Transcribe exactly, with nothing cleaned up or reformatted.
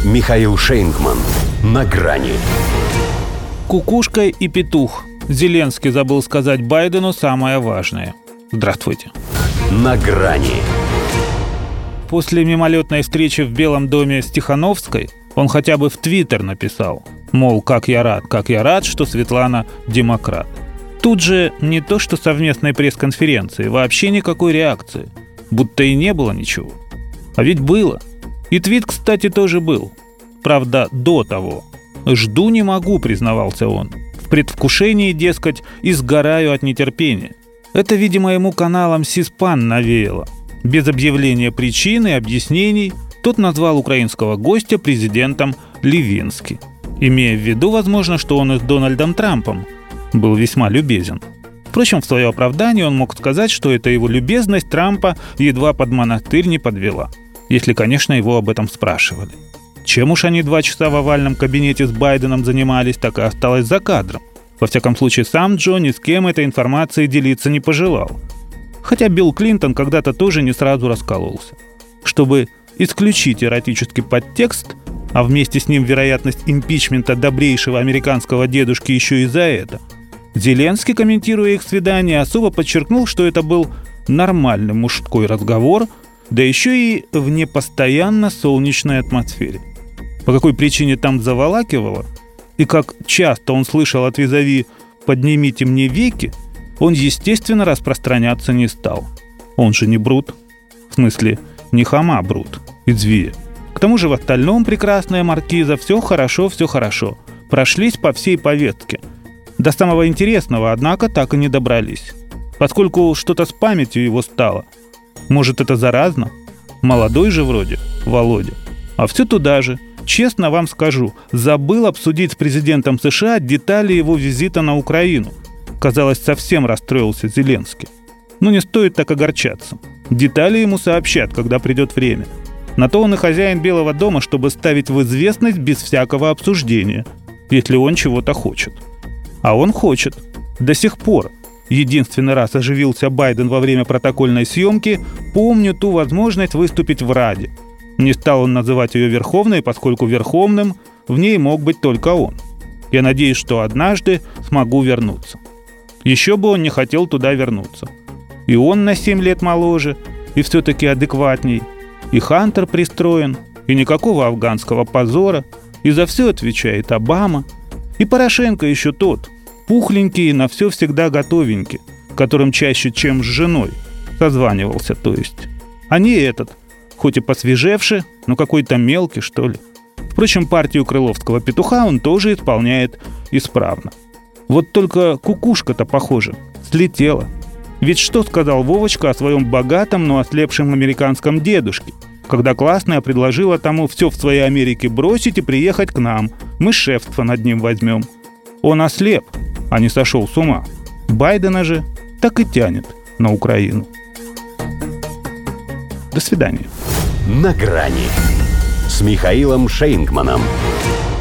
Михаил Шейнгман. На грани. Кукушка и петух. Зеленский забыл сказать Байдену самое важное. Здравствуйте. На грани. После мимолетной встречи в Белом доме с Тихановской он хотя бы в Твиттер написал, мол, как я рад, как я рад, что Светлана демократ. Тут же не то что совместной пресс-конференции, вообще никакой реакции. Будто и не было ничего. А ведь было. И твит, кстати, тоже был. Правда, до того. «Жду не могу», признавался он. В предвкушении, дескать, и сгораю от нетерпения. Это, видимо, ему каналом Сиспан навеяло. Без объявления причин и объяснений тот назвал украинского гостя президентом Левински, имея в виду, возможно, что он и с Дональдом Трампом был весьма любезен. Впрочем, в свое оправдание он мог сказать, что эта его любезность Трампа едва под монастырь не подвела, если, конечно, его об этом спрашивали. Чем уж они два часа в овальном кабинете с Байденом занимались, так и осталось за кадром. Во всяком случае, сам Джо ни с кем этой информацией делиться не пожелал. Хотя Билл Клинтон когда-то тоже не сразу раскололся. Чтобы исключить эротический подтекст, а вместе с ним вероятность импичмента добрейшего американского дедушки еще и за это, Зеленский, комментируя их свидание, особо подчеркнул, что это был нормальный мужской разговор, да еще и в непостоянно солнечной атмосфере. По какой причине там заволакивало, и как часто он слышал от визави «поднимите мне веки», он, естественно, распространяться не стал. Он же не Брут. В смысле, не Хома Брут из Вия. К тому же в остальном, прекрасная маркиза, все хорошо, все хорошо. Прошлись по всей повестке. До самого интересного, однако, так и не добрались. Поскольку что-то с памятью его стало. Может, это заразно? Молодой же вроде, Володя. А все туда же. Честно вам скажу, забыл обсудить с президентом США детали его визита на Украину. Казалось, совсем расстроился Зеленский. Но не стоит так огорчаться. Детали ему сообщат, когда придет время. На то он и хозяин Белого дома, чтобы ставить в известность без всякого обсуждения, если он чего-то хочет. А он хочет. До сих пор. Единственный раз оживился Байден во время протокольной съемки, помню ту возможность выступить в Раде. Не стал он называть ее верховной, поскольку верховным в ней мог быть только он. Я надеюсь, что однажды смогу вернуться. Еще бы он не хотел туда вернуться. И он на семь лет моложе, и все-таки адекватней. И Хантер пристроен, и никакого афганского позора. И за все отвечает Обама. И Порошенко еще тот, пухленький и на все всегда готовенький, которым чаще, чем с женой, созванивался, то есть. А не этот, хоть и посвежевший, но какой-то мелкий, что ли. Впрочем, партию крыловского петуха он тоже исполняет исправно. Вот только кукушка-то, похоже, слетела. Ведь что сказал Вовочка о своем богатом, но ослепшем американском дедушке, когда классная предложила тому все в своей Америке бросить и приехать к нам, мы шефство над ним возьмем. Он ослеп, а не сошел с ума. Байдена же так и тянет на Украину. До свидания. На грани с Михаилом Шейнгманом.